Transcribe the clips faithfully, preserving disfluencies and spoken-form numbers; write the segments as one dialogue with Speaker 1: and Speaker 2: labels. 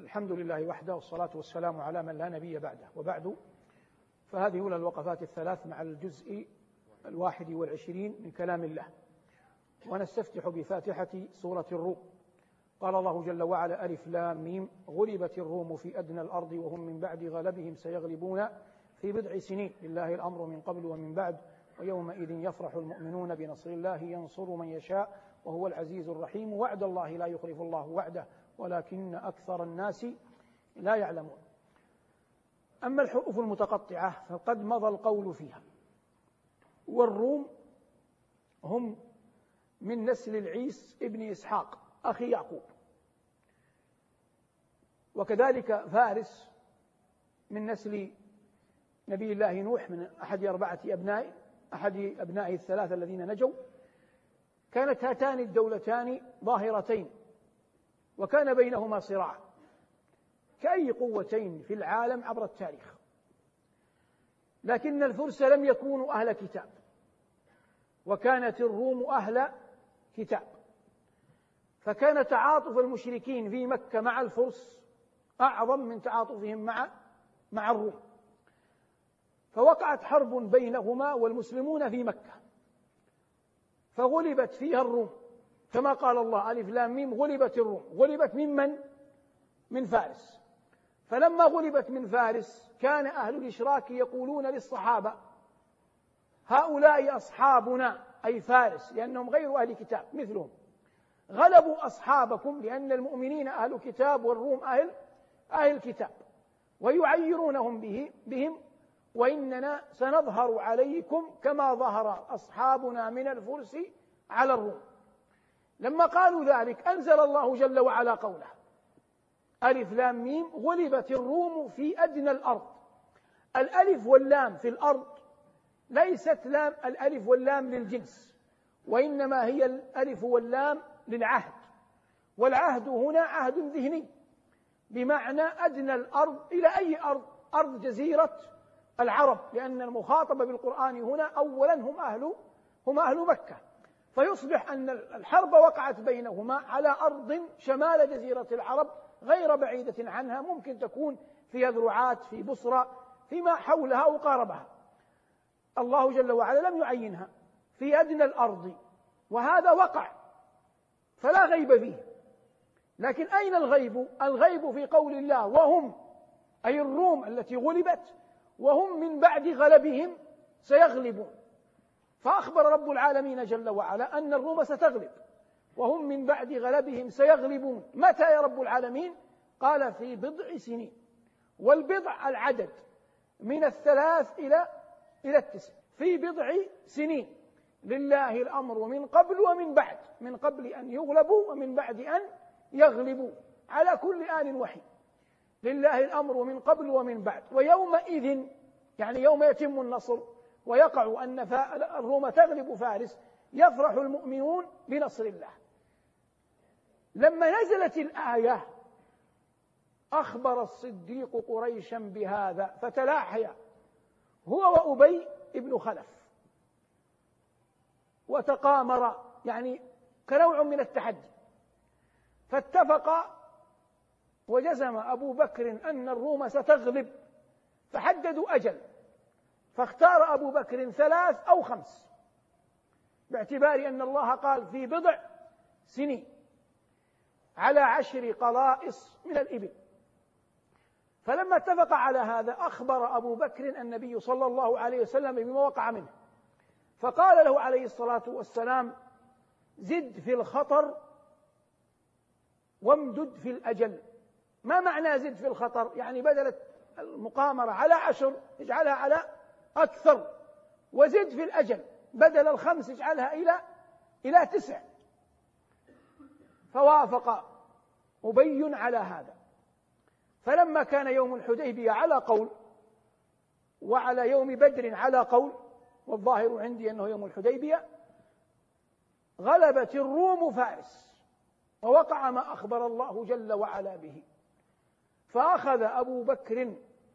Speaker 1: الحمد لله وحده، والصلاة والسلام على من لا نبي بعده، وبعد، فهذه أولى الوقفات الثلاث مع الجزء الواحد والعشرين من كلام الله، ونستفتح بفاتحة سورة الروم. قال الله جل وعلا: ألف لام ميم، غلبت الروم في أدنى الأرض وهم من بعد غلبهم سيغلبون في بضع سنين، لله الأمر من قبل ومن بعد، ويومئذ يفرح المؤمنون بنصر الله ينصر من يشاء وهو العزيز الرحيم، وعد الله لا يخلف الله وعده ولكن أكثر الناس لا يعلمون. أما الحروف المتقطعة فقد مضى القول فيها، والروم هم من نسل العيس ابن إسحاق أخي يعقوب، وكذلك فارس من نسل نبي الله نوح من أحد أربعة أبناء أحد أبنائه الثلاثة الذين نجوا. كانت هاتان الدولتان ظاهرتين، وكان بينهما صراع كأي قوتين في العالم عبر التاريخ، لكن الفرس لم يكونوا أهل كتاب، وكانت الروم أهل كتاب، فكان تعاطف المشركين في مكة مع الفرس أعظم من تعاطفهم مع مع الروم، فوقعت حرب بينهما والمسلمون في مكة، فغلبت فيها الروم كما قال الله: ألف لام ميم، غلبت الروم. غلبت ممن؟ من فارس. فلما غلبت من فارس كان أهل الإشراك يقولون للصحابة: هؤلاء أصحابنا، أي فارس، لأنهم غير أهل كتاب مثلهم، غلبوا أصحابكم لأن المؤمنين أهل كتاب والروم أهل أهل كتاب، ويعيرونهم به بهم، وإننا سنظهر عليكم كما ظهر أصحابنا من الفرس على الروم. لما قالوا ذلك أنزل الله جل وعلا قوله: ألف لام ميم، غلبت الروم في أدنى الأرض. الألف واللام في الأرض ليست لام الألف واللام للجنس، وإنما هي الألف واللام للعهد، والعهد هنا عهد ذهني، بمعنى أدنى الأرض. إلى أي أرض؟ أرض جزيرة العرب، لأن المخاطب بالقرآن هنا أولا هم أهل هم أهل مكة، فيصبح أن الحرب وقعت بينهما على أرض شمال جزيرة العرب غير بعيدة عنها، ممكن تكون في يذرعات، في بصرى، فيما حولها أو قاربها. الله جل وعلا لم يعينها، في أدنى الأرض، وهذا وقع فلا غيب فيه. لكن أين الغيب؟ الغيب في قول الله: وهم، أي الروم التي غلبت، وهم من بعد غلبهم سيغلبون. فأخبر رب العالمين جل وعلا أن الروم ستغلب، وهم من بعد غلبهم سيغلبون. متى يا رب العالمين؟ قال: في بضع سنين، والبضع العدد من الثلاث إلى إلى التسع، في بضع سنين، لله الأمر من قبل ومن بعد، من قبل أن يغلبوا ومن بعد أن يغلبوا، على كل آن وحين، لله الأمر من قبل ومن بعد. ويومئذ، يعني يوم يتم النصر ويقع أن الروم تغلب فارس، يفرح المؤمنون بنصر الله. لما نزلت الآية أخبر الصديق قريشا بهذا، فتلاحيا هو وأبي ابن خلف وتقامر، يعني كنوع من التحدي، فاتفق وجزم أبو بكر أن الروم ستغلب، فحددوا أجل، فاختار أبو بكر ثلاث أو خمس، باعتبار أن الله قال: في بضع سنين، على عشر قلائص من الإبل. فلما اتفق على هذا أخبر أبو بكر النبي صلى الله عليه وسلم بما وقع منه، فقال له عليه الصلاة والسلام: زد في الخطر وامدد في الأجل. ما معنى زد في الخطر؟ يعني بدل المقامرة على عشر اجعلها على أكثر، وزد في الأجل بدل الخمس اجعلها إلى إلى تسع. فوافق أبي على هذا. فلما كان يوم الحديبية على قول، وعلى يوم بدر على قول، والظاهر عندي أنه يوم الحديبية، غلبت الروم فارس، ووقع ما أخبر الله جل وعلا به. فأخذ أبو بكر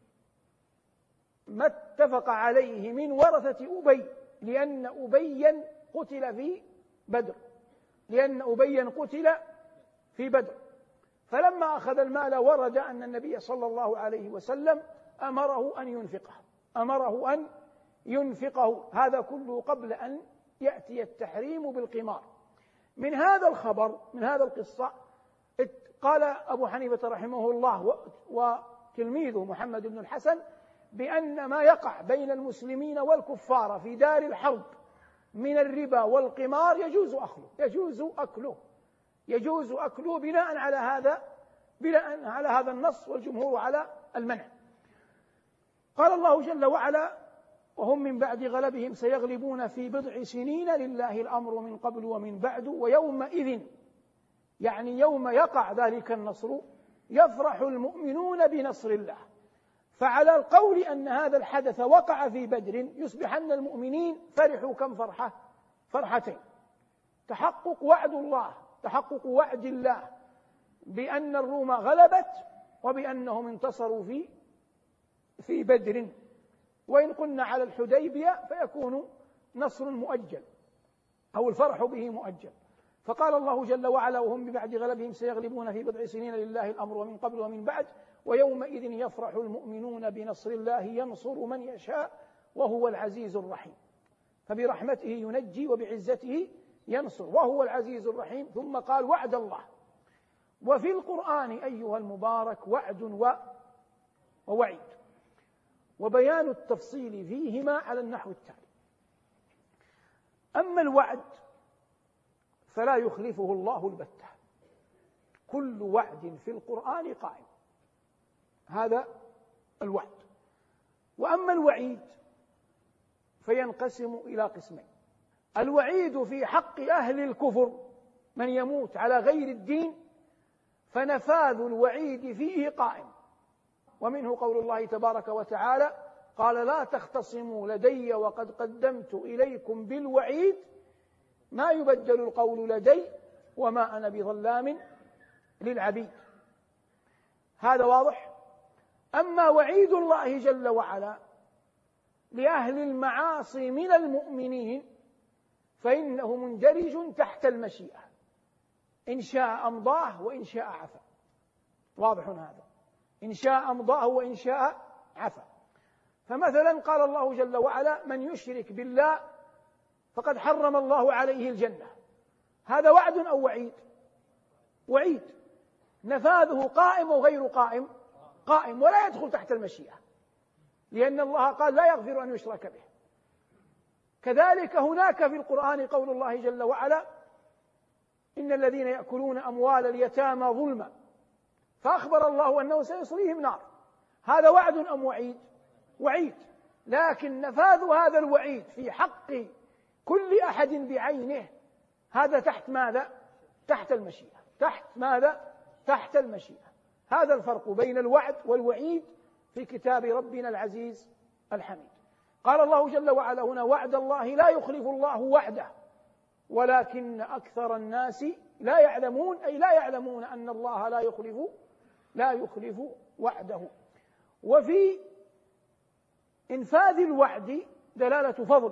Speaker 1: ما اتفق عليه من ورثة أبي، لأن أبيا قتل في بدر لأن أبيا قتل في بدر فلما أخذ المال ورد أن النبي صلى الله عليه وسلم أمره أن ينفقه أمره أن ينفقه هذا كله قبل أن يأتي التحريم بالقمار. من هذا الخبر من هذا القصة قال أبو حنيفة رحمه الله وتلميذه محمد بن الحسن بأن ما يقع بين المسلمين والكفار في دار الحرب من الربا والقمار يجوز أكله يجوز أكله يجوز أكله بناء على هذا بناء على هذا النص، والجمهور على المنع. قال الله جل وعلا: وهم من بعد غلبهم سيغلبون في بضع سنين لله الأمر من قبل ومن بعد ويومئذ، يعني يوم يقع ذلك النصر، يفرح المؤمنون بنصر الله. فعلى القول أن هذا الحدث وقع في بدر يصبح أن المؤمنين فرحوا كم فرحة؟ فرحتين: تحقق وعد الله تحقق وعد الله بأن الروم غلبت وبأنهم انتصروا في في بدر. وإن قلنا على الحديبية فيكون نصر مؤجل أو الفرح به مؤجل. فقال الله جل وعلا: وهم ببعد غلبهم سيغلبون في بضع سنين لله الأمر ومن قبل ومن بعد ويومئذ يفرح المؤمنون بنصر الله ينصر من يشاء وهو العزيز الرحيم. فبرحمته ينجي وبعزته ينصر وهو العزيز الرحيم. ثم قال: وعد الله. وفي القرآن أيها المبارك وعد ووعيد، وبيان التفصيل فيهما على النحو التالي: أما الوعد فلا يخلفه الله البتة، كل وعد في القرآن قائم، هذا الوعد. وأما الوعيد فينقسم إلى قسمين: الوعيد في حق أهل الكفر من يموت على غير الدين فنفاذ الوعيد فيه قائم، ومنه قول الله تبارك وتعالى: قال لا تختصموا لدي وقد قدمت إليكم بالوعيد ما يبدل القول لدي وما أنا بظلام للعبيد. هذا واضح. أما وعيد الله جل وعلا لأهل المعاصي من المؤمنين فإنه مندرج تحت المشيئة، إن شاء أمضاه وإن شاء عفا. واضح هذا، إن شاء أمضاه وإن شاء عفا. فمثلا قال الله جل وعلا: من يشرك بالله فقد حرم الله عليه الجنة. هذا وعد أو وعيد؟ وعيد. نفاذه قائم وغير قائم؟ قائم، ولا يدخل تحت المشيئة، لأن الله قال لا يغفر أن يشرك به. كذلك هناك في القرآن قول الله جل وعلا: إن الذين يأكلون أموال اليتامى ظلما، فأخبر الله أنه سيصليهم نار. هذا وعد أم وعيد؟ وعيد. لكن نفاذ هذا الوعيد في حق كل أحد بعينه هذا تحت ماذا؟ تحت المشيئة. تحت ماذا؟ تحت المشيئة. هذا الفرق بين الوعد والوعيد في كتاب ربنا العزيز الحميد. قال الله جل وعلا هنا: وعد الله لا يخلف الله وعده ولكن أكثر الناس لا يعلمون، أي لا يعلمون أن الله لا يخلف لا يخلف وعده. وفي إنفاذ الوعد دلالة فضل،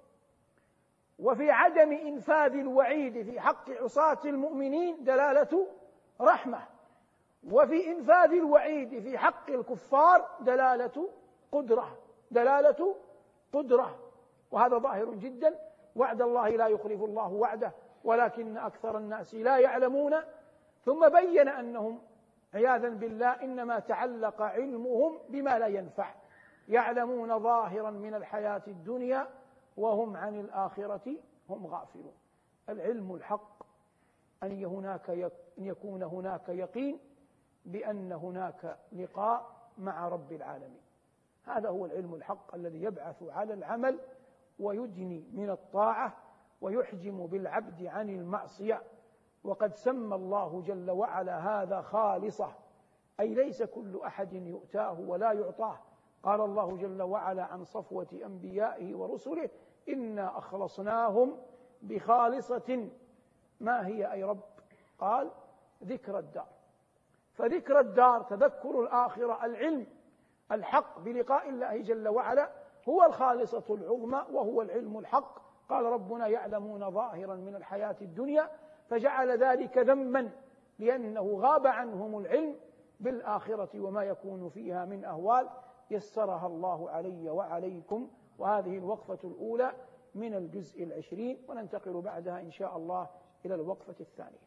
Speaker 1: وفي عدم إنفاذ الوعيد في حق عصاة المؤمنين دلالة رحمة، وفي إنفاذ الوعيد في حق الكفار دلالة قدرة دلالة قدرة وهذا ظاهر جدا. وعد الله لا يخلف الله وعده ولكن أكثر الناس لا يعلمون. ثم بين أنهم عياذا بالله إنما تعلق علمهم بما لا ينفع، يعلمون ظاهرا من الحياة الدنيا وهم عن الآخرة هم غافلون. العلم الحق أن هناك أن يكون هناك يقين بأن هناك لقاء مع رب العالمين. هذا هو العلم الحق الذي يبعث على العمل ويدني من الطاعة ويحجم بالعبد عن المعصية. وقد سمى الله جل وعلا هذا خالصة، أي ليس كل أحد يؤتاه ولا يعطاه. قال الله جل وعلا عن صفوة أنبيائه ورسله: إنا أخلصناهم بخالصة. ما هي أي رب؟ قال: ذكر الدار. فذكر الدار تذكر الآخرة، العلم الحق بلقاء الله جل وعلا هو الخالصة العظمى وهو العلم الحق. قال ربنا: يعلمون ظاهرا من الحياة الدنيا، فجعل ذلك ذما لأنه غاب عنهم العلم بالآخرة وما يكون فيها من أهوال يسرها الله علي وعليكم. وهذه الوقفة الأولى من الجزء العشرين، وننتقل بعدها إن شاء الله إلى الوقفة الثانية.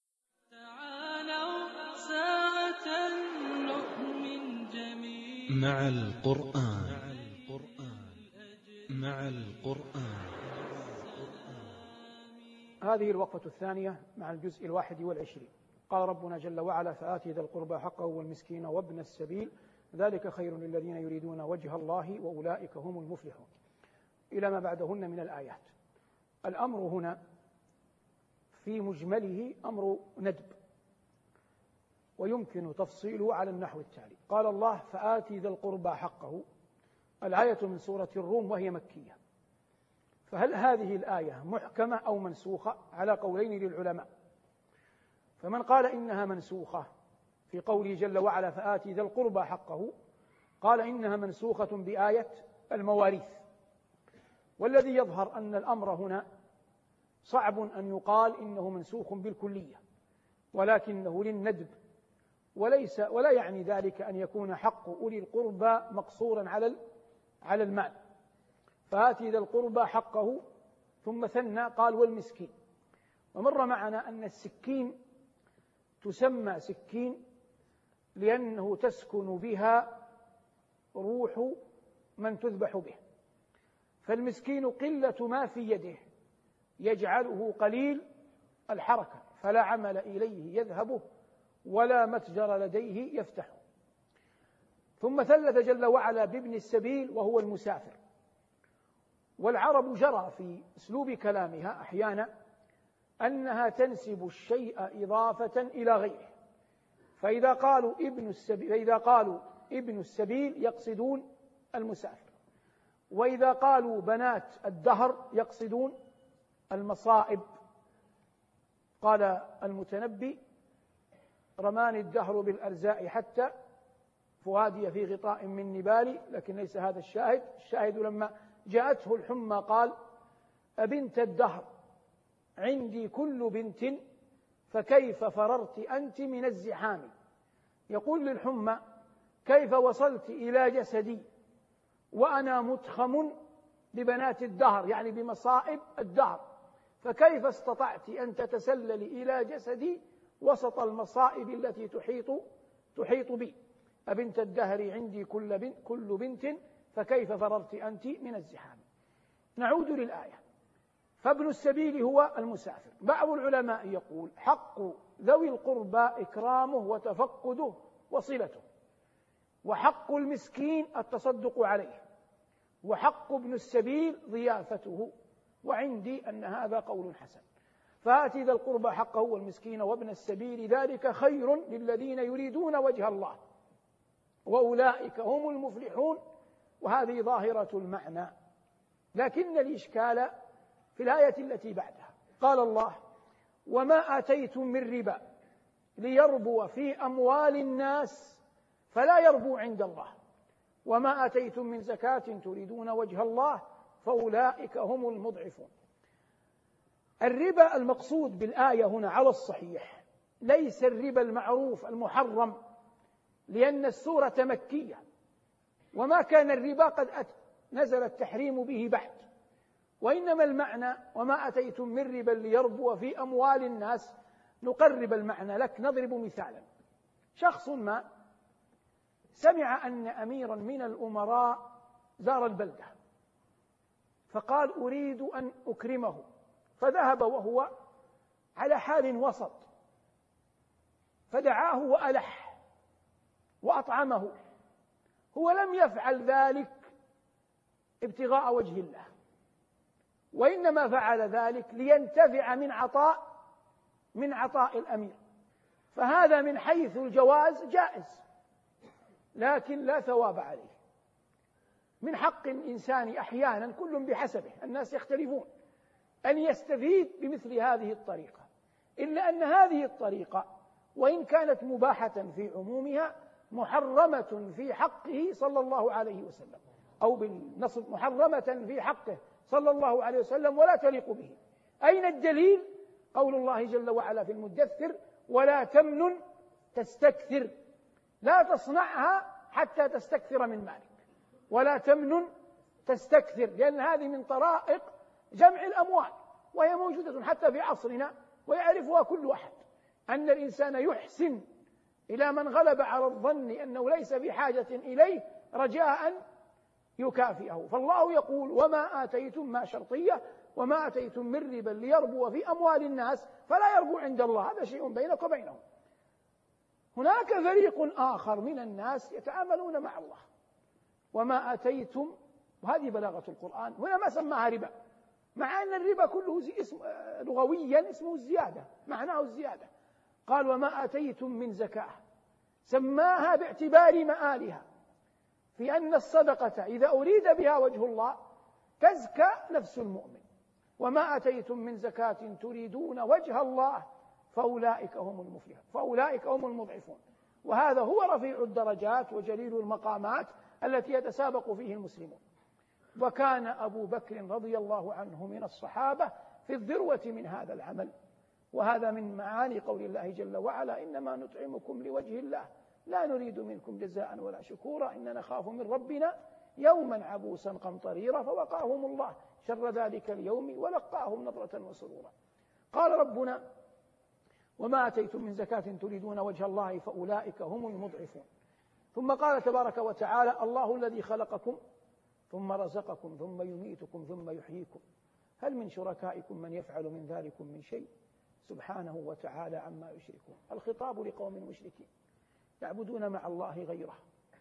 Speaker 2: تعالوا ساعة نؤمن جميعا مع القرآن مع القرآن.
Speaker 1: هذه الوقفة الثانية مع الجزء الواحد والعشرين. قال ربنا جل وعلا: فآت ذا القربى حقه والمسكين وابن السبيل ذلك خير للذين يريدون وجه الله وأولئك هم المفلحون، إلى ما بعدهن من الآيات. الأمر هنا في مجمله أمر ندب، ويمكن تفصيله على النحو التالي: قال الله: فآت ذا القربى حقه. الآية من سورة الروم وهي مكية، فهل هذه الآية محكمة أو منسوخة؟ على قولين للعلماء. فمن قال إنها منسوخة في قوله جل وعلا: فآت ذا القربى حقه، قال إنها منسوخة بآية المواريث. والذي يظهر أن الأمر هنا صعب أن يقال إنه منسوخ بالكلية، ولكنه للندب، وليس ولا يعني ذلك أن يكون حق أولي القربى مقصورا على على المال. فآت ذا القربى حقه، ثم ثنى قال: والمسكين. ومر معنا أن السكين تسمى سكين لأنه تسكن بها روح من تذبح به، فالمسكين قلة ما في يده يجعله قليل الحركة، فلا عمل إليه يذهبه ولا متجر لديه يفتحه. ثم ثلث جل وعلا بابن السبيل وهو المسافر. والعرب جرى في أسلوب كلامها أحيانا أنها تنسب الشيء إضافة إلى غيره، فإذا قالوا ابن السبيل فإذا قالوا ابن السبيل يقصدون المسافر، وإذا قالوا بنات الدهر يقصدون المصائب. قال المتنبي: رماني الدهر بالأرزاء حتى فؤادي في غطاء من نبالي، لكن ليس هذا الشاهد. الشاهد لما جاءته الحمى قال: أبنت الدهر عندي كل بنت فكيف فررت أنت من الزحام. يقول للحمى: كيف وصلت إلى جسدي وأنا متخم ببنات الدهر، يعني بمصائب الدهر، فكيف استطعت أن تتسللي إلى جسدي وسط المصائب التي تحيط تحيط بي. أبنت الدهر عندي كل بنت, كل بنت فكيف فررت أنت من الزحام. نعود للآية: فابن السبيل هو المسافر. بعض العلماء يقول: حق ذوي القربى إكرامه وتفقده وصلته، وحق المسكين التصدق عليه، وحق ابن السبيل ضيافته، وعندي أن هذا قول حسن. فآت ذا القربى حقه والمسكين وابن السبيل ذلك خير للذين يريدون وجه الله وأولئك هم المفلحون. وهذه ظاهرة المعنى، لكن الإشكال في الآية التي بعدها. قال الله: وما آتيتم من ربا ليربو في أموال الناس فلا يربو عند الله، وما آتيتم من زكاة تريدون وجه الله فأولئك هم المضعفون. الربا المقصود بالآية هنا على الصحيح ليس الربا المعروف المحرم، لأن السورة مكية، وما كان الربا قد أتى نزل التحريم به بعد، وإنما المعنى: وما أتيتم من ربا ليربو في أموال الناس. نقرب المعنى لك، نضرب مثالا: شخص ما سمع أن أميرا من الأمراء زار البلدة، فقال: أريد أن أكرمه، فذهب وهو على حال وسط، فدعاه وألح وأطعمه. هو لم يفعل ذلك ابتغاء وجه الله، وإنما فعل ذلك لينتفع من عطاء من عطاء الأمير، فهذا من حيث الجواز جائز، لكن لا ثواب عليه. من حق الإنسان أحيانا، كل بحسبه، الناس يختلفون، أن يستفيد بمثل هذه الطريقة، إلا أن هذه الطريقة وإن كانت مباحة في عمومها محرمة في حقه صلى الله عليه وسلم، أو بالنصب محرمة في حقه صلى الله عليه وسلم ولا تليق به. أين الدليل؟ قول الله جل وعلا في المدثر: ولا تمنن تستكثر، لا تصنعها حتى تستكثر من مالك، ولا تمنن تستكثر، لأن هذه من طرائق جمع الأموال، وهي موجودة حتى في عصرنا ويعرفها كل أحد، أن الإنسان يحسن إلى من غلب على الظن أنه ليس بحاجة إليه رجاء يكافئه. فالله يقول: وما آتيتم ما شرطية، وما آتيتم من ربا ليربو في أموال الناس فلا يربو عند الله، هذا شيء بينك وبينهم. هناك فريق آخر من الناس يتعاملون مع الله. وما آتيتم، وهذه بلاغة القرآن، هنا ما سماها ربا، مع أن الربا كله اسم لغويا اسمه الزيادة، معناه الزيادة. قال: وما آتيتم من زكاة، سماها باعتبار مآلها، في أن الصدقة إذا أريد بها وجه الله تزكى نفس المؤمن. وما آتيتم من زكاة تريدون وجه الله فأولئك هم المفلحون، فأولئك هم المضعفون. وهذا هو رفيع الدرجات وجليل المقامات التي يتسابق فيه المسلمون. وكان أبو بكر رضي الله عنه من الصحابة في الذروة من هذا العمل. وهذا من معاني قول الله جل وعلا: إنما نطعمكم لوجه الله لا نريد منكم جزاء ولا شكورا إننا نخاف من ربنا يوما عبوسا قمطريرا فوقاهم الله شر ذلك اليوم ولقاهم نضرة وسرورا. قال ربنا: وما آتيتم من زكاة تريدون وجه الله فأولئك هم المضعفون. ثم قال تبارك وتعالى: الله الذي خلقكم ثم رزقكم ثم يميتكم ثم يحييكم هل من شركائكم من يفعل من ذلكم من شيء سبحانه وتعالى عما يشركون. الخطاب لقوم مشركين يعبدون مع الله غيره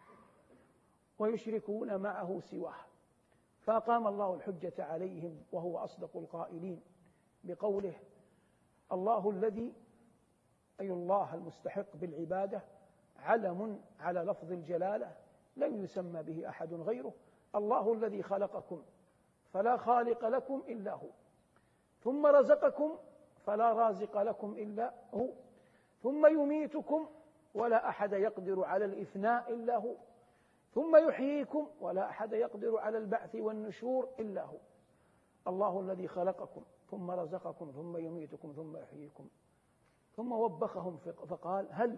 Speaker 1: ويشركون معه سواه، فأقام الله الحجة عليهم وهو أصدق القائلين بقوله: الله الذي، أي الله المستحق بالعبادة، علم على لفظ الجلالة لم يسمى به أحد غيره. الله الذي خلقكم فلا خالق لكم إلا هو، ثم رزقكم فلا رازق لكم إلا هو، ثم يميتكم ولا أحد يقدر على الإفناء إلا هو، ثم يحييكم ولا أحد يقدر على البعث والنشور إلا هو. الله الذي خلقكم ثم رزقكم ثم يميتكم ثم يحييكم. ثم وبخهم فقال: هل،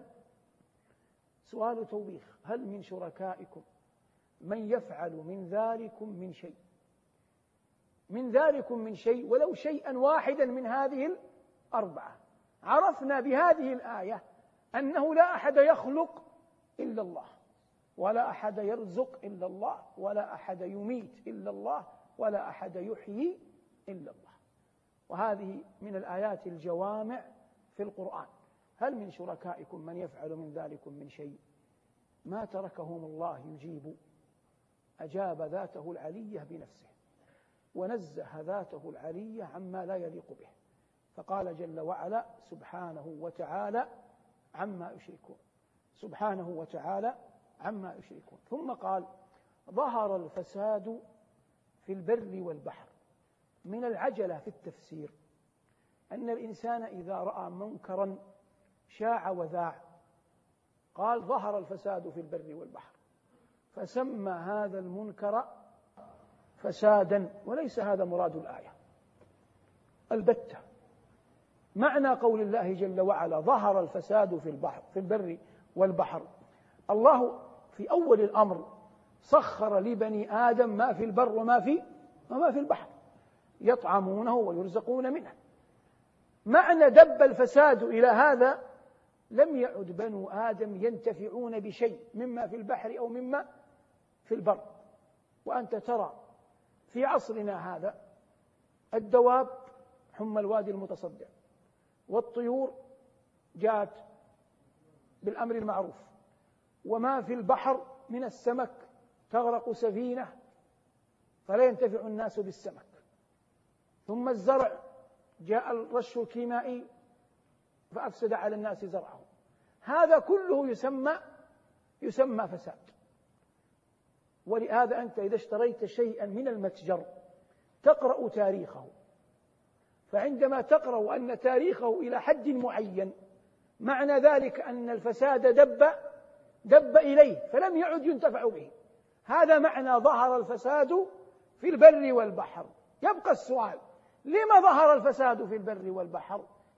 Speaker 1: سؤال توبيخ، هل من شركائكم من يفعل من ذلكم من شيء، من ذلكم من شيء، ولو شيئا واحدا من هذه الأربعة. عرفنا بهذه الآية أنه لا أحد يخلق إلا الله، ولا أحد يرزق إلا الله، ولا أحد يميت إلا الله، ولا أحد يحيي إلا الله. وهذه من الآيات الجوامع في القرآن. هل من شركائكم من يفعل من ذلكم من شيء؟ ما تركهم الله يجيب، أجاب ذاته العلية بنفسه، ونزه ذاته العلية عما لا يليق به، فقال جل وعلا: سبحانه وتعالى عما يشركون، سبحانه وتعالى عما يشركون. ثم قال: ظهر الفساد في البر والبحر. من العجلة في التفسير أن الإنسان إذا رأى منكرا شاع وذاع قال: ظهر الفساد في البر والبحر، فسمى هذا المنكر فسادا، وليس هذا مراد الآية البتة. معنى قول الله جل وعلا: ظهر الفساد في البحر في البر والبحر، الله في أول الأمر سخر لبني آدم ما في البر وما في وما في البحر، يطعمونه ويرزقون منه. معنى دب الفساد إلى هذا لم يعد بنو آدم ينتفعون بشيء مما في البحر أو مما في البر. وأنت ترى في عصرنا هذا الدواب حمى الوادي المتصدع، والطيور جاءت بالأمر المعروف، وما في البحر من السمك تغرق سفينة فلا ينتفع الناس بالسمك، ثم الزرع جاء الرش الكيميائي فأفسد على الناس زرعه. هذا كله يسمى يسمى فساد. ولهذا أنت إذا اشتريت شيئا من المتجر تقرأ تاريخه، فعندما تقرأ أن تاريخه إلى حد معين معنى ذلك أن الفساد دب دب إليه فلم يعد ينتفع به. هذا معنى ظهر الفساد في البر والبحر. يبقى السؤال: لما ظهر الفساد في البر والبحر؟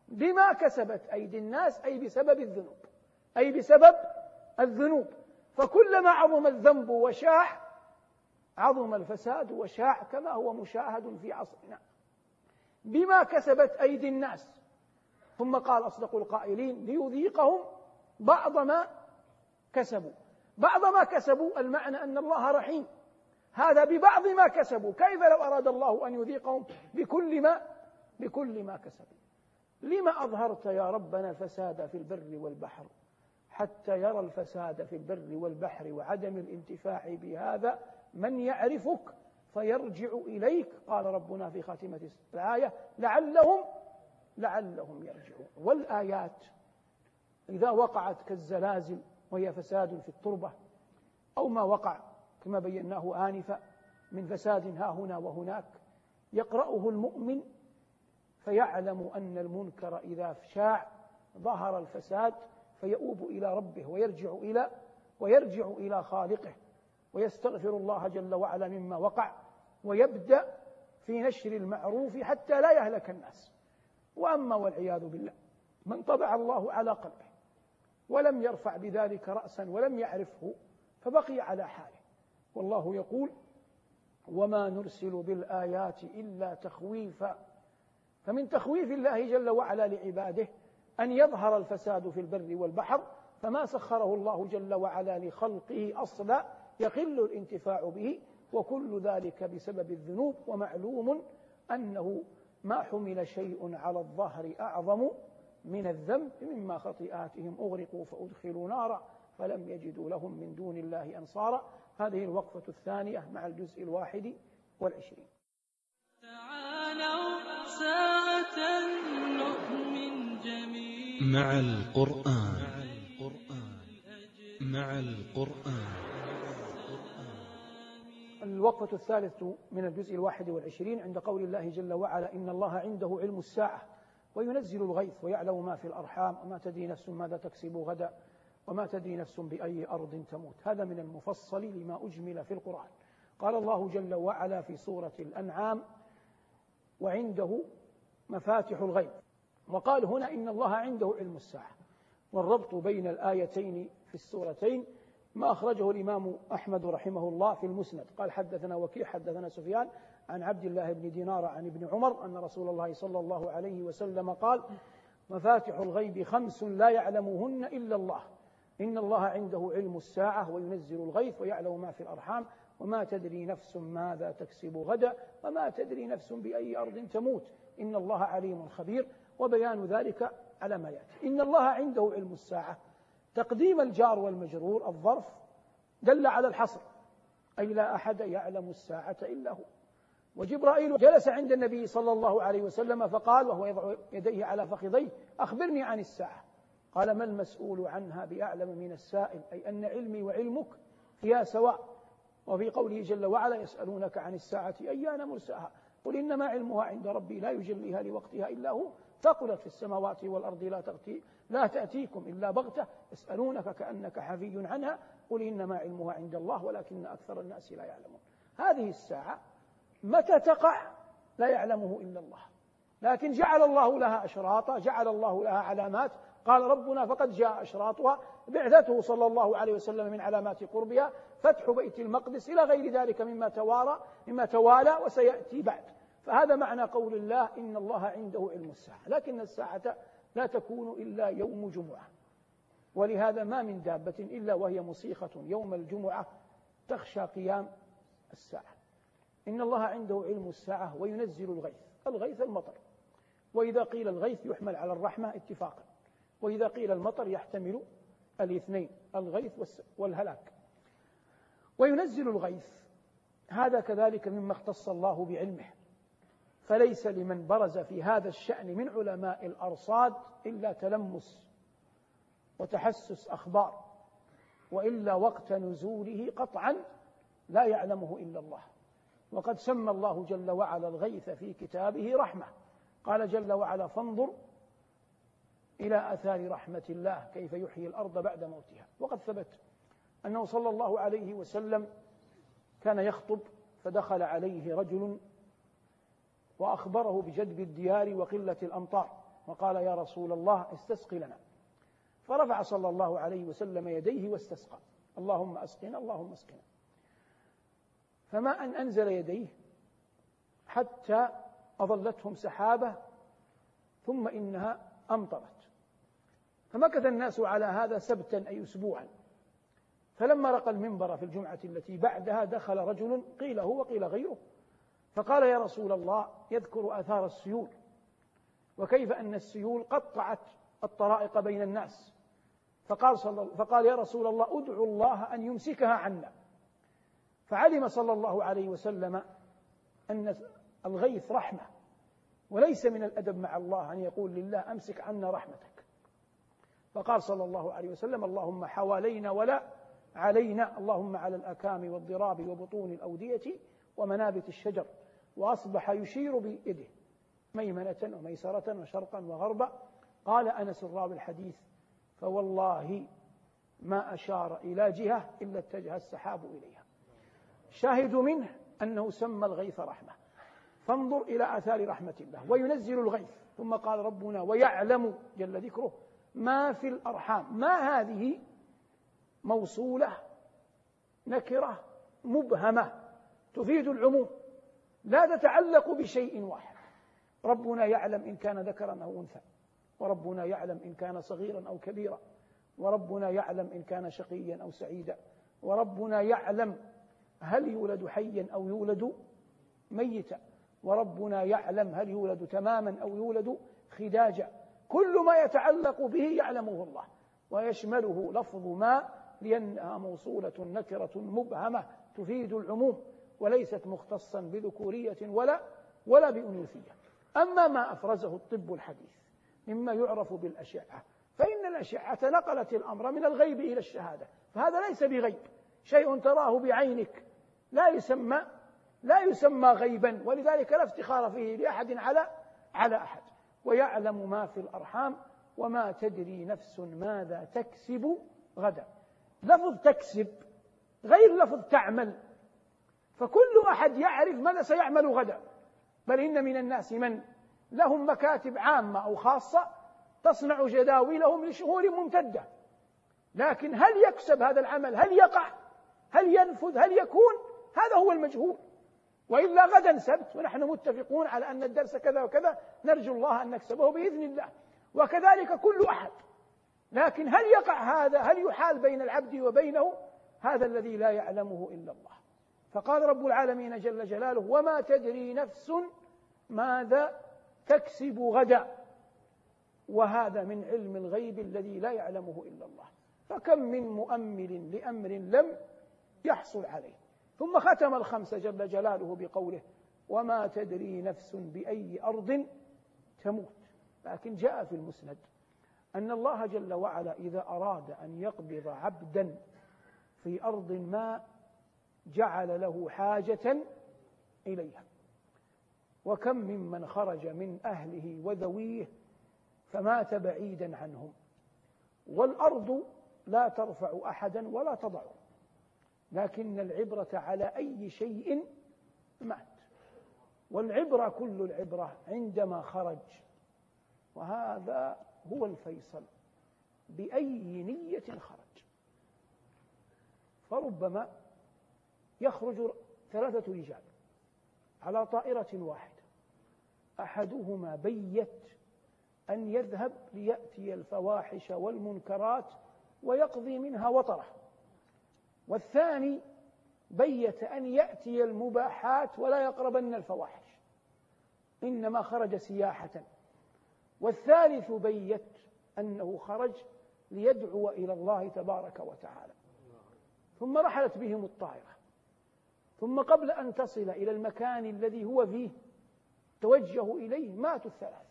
Speaker 1: بما كسبت أيدي الناس، أي بسبب الذنوب، أي بسبب الذنوب. فكلما عظم الذنب وشاع عظم الفساد وشاع، كما هو مشاهد في عصرنا. بما كسبت أيدي الناس، ثم قال أصدق القائلين ليذيقهم بعض ما كسبوا. بعض ما كسبوا المعنى أن الله رحيم، هذا ببعض ما كسبوا. كيف لو أراد الله أن يذيقهم بكل ما بكل ما كسبوا؟ لما أظهرت يا ربنا الفساد في البر والبحر حتى يرى الفساد في البر والبحر وعدم الانتفاع بهذا من يعرفك فيرجع إليك؟ قال ربنا في خاتمة الآية لعلهم لعلهم يرجعون. والآيات إذا وقعت كالزلازل وهي فساد في التربة، أو ما وقع كما بيناه آنفا من فساد ها هنا وهناك، يقرأه المؤمن فيعلم أن المنكر إذا شاع ظهر الفساد، فيؤوب إلى ربه ويرجع إلى ويرجع إلى خالقه ويستغفر الله جل وعلا مما وقع، ويبدأ في نشر المعروف حتى لا يهلك الناس. وأما والعياذ بالله من طبع الله على قلبه ولم يرفع بذلك رأسا ولم يعرفه فبقي على حاله. والله يقول وما نرسل بالآيات إلا تخويفا. فمن تخويف الله جل وعلا لعباده أن يظهر الفساد في البر والبحر، فما سخره الله جل وعلا لخلقه أصلا يقل الانتفاع به، وكل ذلك بسبب الذنوب. ومعلوم أنه ما حمل شيء على الظهر أعظم من الذنب، مما خطيئاتهم أغرقوا فأدخلوا نارا فلم يجدوا لهم من دون الله أنصارا. هذه الوقفة الثانية مع الجزء الواحد والعشرين.
Speaker 2: تعالوا ساعة نؤمن جميعا مع القرآن. مع القرآن.
Speaker 1: الوقفة الثالثة من الجزء الواحد والعشرين عند قول الله جل وعلا إن الله عنده علم الساعة وينزل الغيث ويعلم ما في الأرحام وما تدري نفس ماذا تكسب غدا وما تدري نفس بأي أرض تموت. هذا من المفصل لما أجمل في القرآن. قال الله جل وعلا في سورة الأنعام وعنده مفاتح الغيب، وقال هنا إن الله عنده علم الساعة. والربط بين الآيتين في السورتين ما أخرجه الإمام أحمد رحمه الله في المسند. قال حدثنا وكيع حدثنا سفيان عن عبد الله بن دينار عن ابن عمر أن رسول الله صلى الله عليه وسلم قال مفاتح الغيب خمس لا يعلمهن إلا الله، إن الله عنده علم الساعة وينزل الغيث ويعلم ما في الأرحام وما تدري نفس ماذا تكسب غدا وما تدري نفس بأي أرض تموت إن الله عليم خبير. وبيان ذلك على ما يأتي. إن الله عنده علم الساعة، تقديم الجار والمجرور الظرف دل على الحصر، أي لا أحد يعلم الساعة إلا هو. وجبرائيل جلس عند النبي صلى الله عليه وسلم فقال وهو يضع يديه على فخذيه أخبرني عن الساعة. قال ما المسؤول عنها بأعلم من السائل، أي أن علمي وعلمك فيها سواء. وفي قوله جل وعلا يسألونك عن الساعة أيان مرساها قل إنما علمها عند ربي لا يجليها لوقتها إلا هو ثقلت في السماوات والأرض لا تأتي لا تأتيكم إلا بغتة يسألونك كأنك حفي عنها قل إنما علمها عند الله ولكن أكثر الناس لا يعلمون. هذه الساعة متى تقع لا يعلمه إلا الله، لكن جعل الله لها أشراطا، جعل الله لها علامات. قال ربنا فقد جاء أشراطها بعثته صلى الله عليه وسلم من علامات قربها فتح بيت المقدس إلى غير ذلك مما توارى مما توالى وسيأتي بعد. فهذا معنى قول الله إن الله عنده علم الساعة، لكن الساعة لا تكون إلا يوم جمعة، ولهذا ما من دابة إلا وهي مصيخة يوم الجمعة تخشى قيام الساعة. إن الله عنده علم الساعة وينزل الغيث. الغيث المطر، وإذا قيل الغيث يحمل على الرحمة اتفاقا، وإذا قيل المطر يحتمل الاثنين الغيث والهلاك. وينزل الغيث هذا كذلك مما اختص الله بعلمه، فليس لمن برز في هذا الشأن من علماء الأرصاد إلا تلمس وتحسس أخبار، وإلا وقت نزوله قطعا لا يعلمه إلا الله. وقد سمى الله جل وعلا الغيث في كتابه رحمة. قال جل وعلا فانظر إلى آثار رحمة الله كيف يحيي الأرض بعد موتها. وقد ثبت أنه صلى الله عليه وسلم كان يخطب فدخل عليه رجل وأخبره بجدب الديار وقلة الأمطار، وقال يا رسول الله استسق لنا، فرفع صلى الله عليه وسلم يديه واستسقى، اللهم أسقنا اللهم أسقنا، فما أن أنزل يديه حتى أظلتهم سحابة ثم إنها أمطرت، فمكث الناس على هذا سبتا أي أسبوعا. فلما رقى المنبر في الجمعة التي بعدها دخل رجل قيل هو وقيل غيره، فقال يا رسول الله، يذكر آثار السيول وكيف أن السيول قطعت الطرائق بين الناس، فقال, صلى فقال يا رسول الله ادعو الله أن يمسكها عنا. فعلم صلى الله عليه وسلم أن الغيث رحمة، وليس من الأدب مع الله أن يقول لله أمسك عنا رحمتك، فقال صلى الله عليه وسلم اللهم حوالينا ولا علينا، اللهم على الأكام والضراب وبطون الأودية ومنابت الشجر. وأصبح يشير بيده ميمنة وميسرة وشرقا وغربا. قال أنس راوي الحديث فوالله ما أشار إلى جهة إلا اتجه السحاب إليها. شاهد منه أنه سمى الغيث رحمة، فانظر إلى آثار رحمة الله، وينزل الغيث. ثم قال ربنا ويعلم جل ذكره ما في الأرحام. ما هذه موصولة نكرة مبهمة تفيد العموم، لا تتعلق بشيء واحد. ربنا يعلم إن كان ذكرا أو أنثى، وربنا يعلم إن كان صغيرا أو كبيرا، وربنا يعلم إن كان شقيا أو سعيدا، وربنا يعلم هل يولد حيا أو يولد ميتا، وربنا يعلم هل يولد تماما أو يولد خداجا. كل ما يتعلق به يعلمه الله، ويشمله لفظ ما لأنها موصولة نكرة مبهمة تفيد العموم، وليست مختصا بذكورية ولا ولا بأنوثية. أما ما أفرزه الطب الحديث مما يعرف بالأشعة، فإن الأشعة نقلت الأمر من الغيب إلى الشهادة، فهذا ليس بغيب، شيء تراه بعينك لا يسمى لا يسمى غيبا، ولذلك لا افتخار فيه لأحد على على أحد. ويعلم ما في الأرحام وما تدري نفس ماذا تكسب غدا. لفظ تكسب غير لفظ تعمل، فكل أحد يعرف ماذا سيعمل غدا، بل إن من الناس من لهم مكاتب عامة أو خاصة تصنع جداولهم لشهور ممتدة، لكن هل يكسب هذا العمل؟ هل يقع؟ هل ينفذ؟ هل يكون؟ هذا هو المجهول. وإلا غدا سبت ونحن متفقون على أن الدرس كذا وكذا، نرجو الله أن نكسبه بإذن الله، وكذلك كل أحد. لكن هل يقع هذا؟ هل يحال بين العبد وبينه؟ هذا الذي لا يعلمه إلا الله. فقال رب العالمين جل جلاله وما تدري نفس ماذا تكسب غدا، وهذا من علم الغيب الذي لا يعلمه إلا الله. فكم من مؤمل لأمر لم يحصل عليه. ثم ختم الخمس جل جلاله بقوله وما تدري نفس بأي أرض تموت. لكن جاء في المسند أن الله جل وعلا إذا أراد أن يقبض عبدا في أرض ما جعل له حاجة إليها. وكم ممن خرج من أهله وذويه فمات بعيدا عنهم، والأرض لا ترفع أحدا ولا تضعه، لكن العبرة على أي شيء مات. والعبرة كل العبرة عندما خرج، وهذا هو الفيصل، بأي نية خرج. فربما يخرج ثلاثة رجال على طائرة واحدة، أحدهما بيت أن يذهب ليأتي الفواحش والمنكرات ويقضي منها وطره، والثاني بيت أن يأتي المباحات ولا يقربن الفواحش، إنما خرج سياحة، والثالث بيت أنه خرج ليدعو إلى الله تبارك وتعالى. ثم رحلت بهم الطائرة، ثم قبل أن تصل إلى المكان الذي هو فيه توجهوا إليه ماتوا الثلاثة.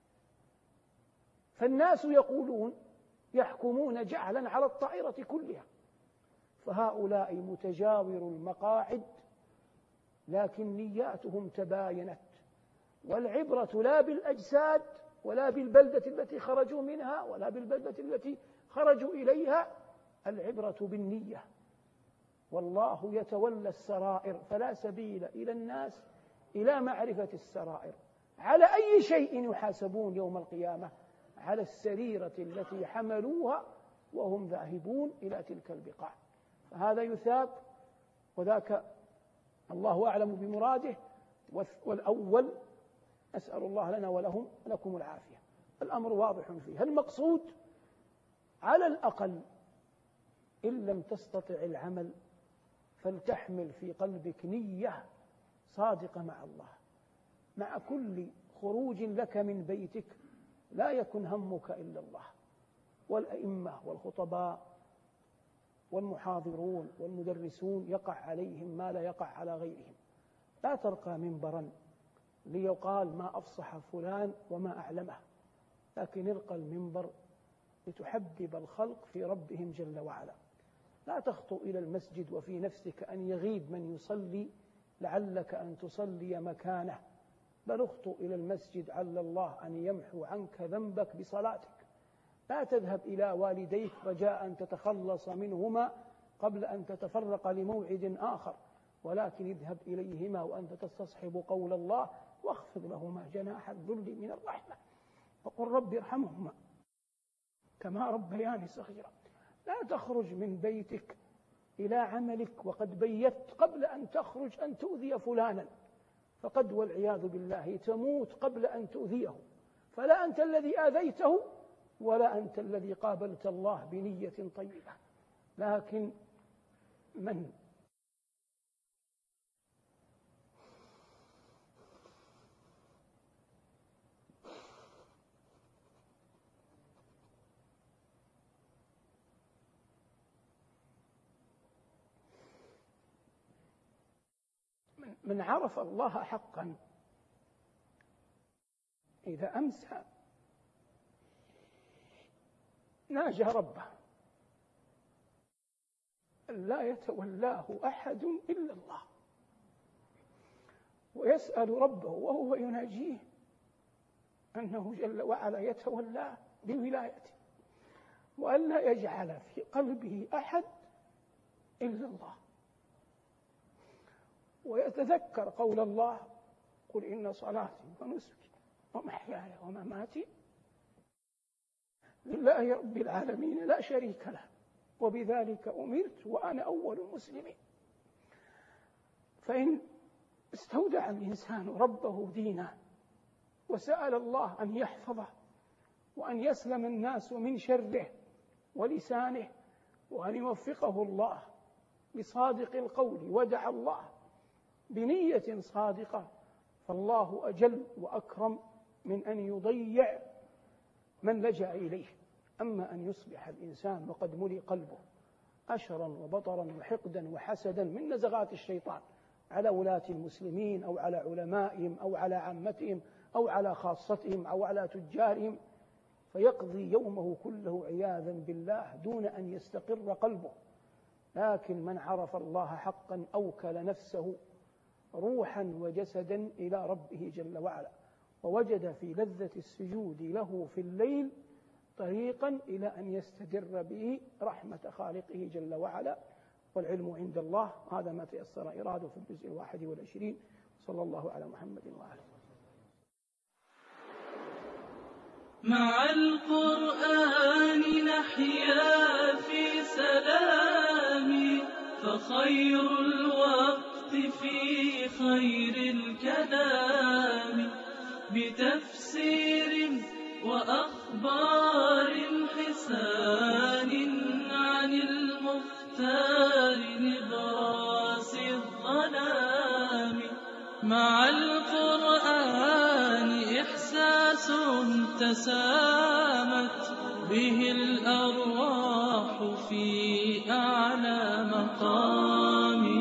Speaker 1: فالناس يقولون يحكمون جعلا على الطائرة كلها، فهؤلاء متجاور المقاعد لكن نياتهم تباينت. والعبرة لا بالأجساد ولا بالبلدة التي خرجوا منها ولا بالبلدة التي خرجوا إليها، العبرة بالنية. والله يتولى السرائر، فلا سبيل إلى الناس إلى معرفة السرائر على أي شيء يحاسبون يوم القيامة؟ على السريرة التي حملوها وهم ذاهبون إلى تلك البقاع. فهذا يثاب، وذاك الله أعلم بمراده. والأول أسأل الله لنا ولهم لكم العافية. الأمر واضح فيه. المقصود على الأقل إن لم تستطع العمل فلتحمل في قلبك نية صادقة مع الله. مع كل خروج لك من بيتك لا يكن همك إلا الله. والأئمة والخطباء والمحاضرون والمدرسون يقع عليهم ما لا يقع على غيرهم. لا ترقى منبرا ليقال ما أفصح فلان وما أعلمه، لكن ارقى المنبر لتحبب الخلق في ربهم جل وعلا. لا تخطو إلى المسجد وفي نفسك أن يغيب من يصلي لعلك أن تصلي مكانه، بل اخطو إلى المسجد عل الله أن يمحو عنك ذنبك بصلاتك. لا تذهب إلى والديك رجاء أن تتخلص منهما قبل أن تتفرق لموعد آخر، ولكن اذهب إليهما وأنت تستصحب قول الله واخفض لهما جناح الذل من الرحمة وقل رب ارحمهما كما ربياني صغيرا. لا تخرج من بيتك إلى عملك وقد بيت قبل أن تخرج أن تؤذي فلانا، فقد والعياذ بالله تموت قبل أن تؤذيه. فلا أنت الذي آذيته ولا أنت الذي قابلت الله بنية طيبة. لكن من من عرف الله حقا إذا أمسى ناجى ربه، لا يتولاه أحد إلا الله، ويسأل ربه وهو يناجيه أنه جل وعلا يتولاه بولايته، وأن لا يجعل في قلبه أحد إلا الله. ويتذكر قول الله قل إن صلاتي ونسكي ومحياي ومماتي لله رب العالمين لا شريك له وبذلك أمرت وأنا أول المسلمين. فإن استودع الإنسان ربه دينه وسأل الله أن يحفظه وأن يسلم الناس من شره ولسانه، وأن يوفقه الله بصادق القول، ودعا الله بنية صادقة، فالله أجل وأكرم من أن يضيع من لجأ إليه. أما أن يصبح الإنسان وقد ملئ قلبه أشرا وبطرا وحقدا وحسدا من نزغات الشيطان على ولاة المسلمين أو على علمائهم أو على عامتهم أو على خاصتهم أو على تجارهم، فيقضي يومه كله عياذا بالله دون أن يستقر قلبه. لكن من عرف الله حقا أوكل نفسه روحا وجسدا إلى ربه جل وعلا، ووجد في لذة السجود له في الليل طريقا إلى أن يستدر به رحمة خالقه جل وعلا. والعلم عند الله. هذا ما تيسر إراده في الجزء الواحد والعشرين. صلى الله على محمد وآله.
Speaker 2: مع القرآن نحيا في سلام، فخير الوقت في خير الكلام، بتفسير وأخبار حسان عن المختار نبراس الظلام. مع القرآن إحساس تسامت به الأرواح في أعلى مقام.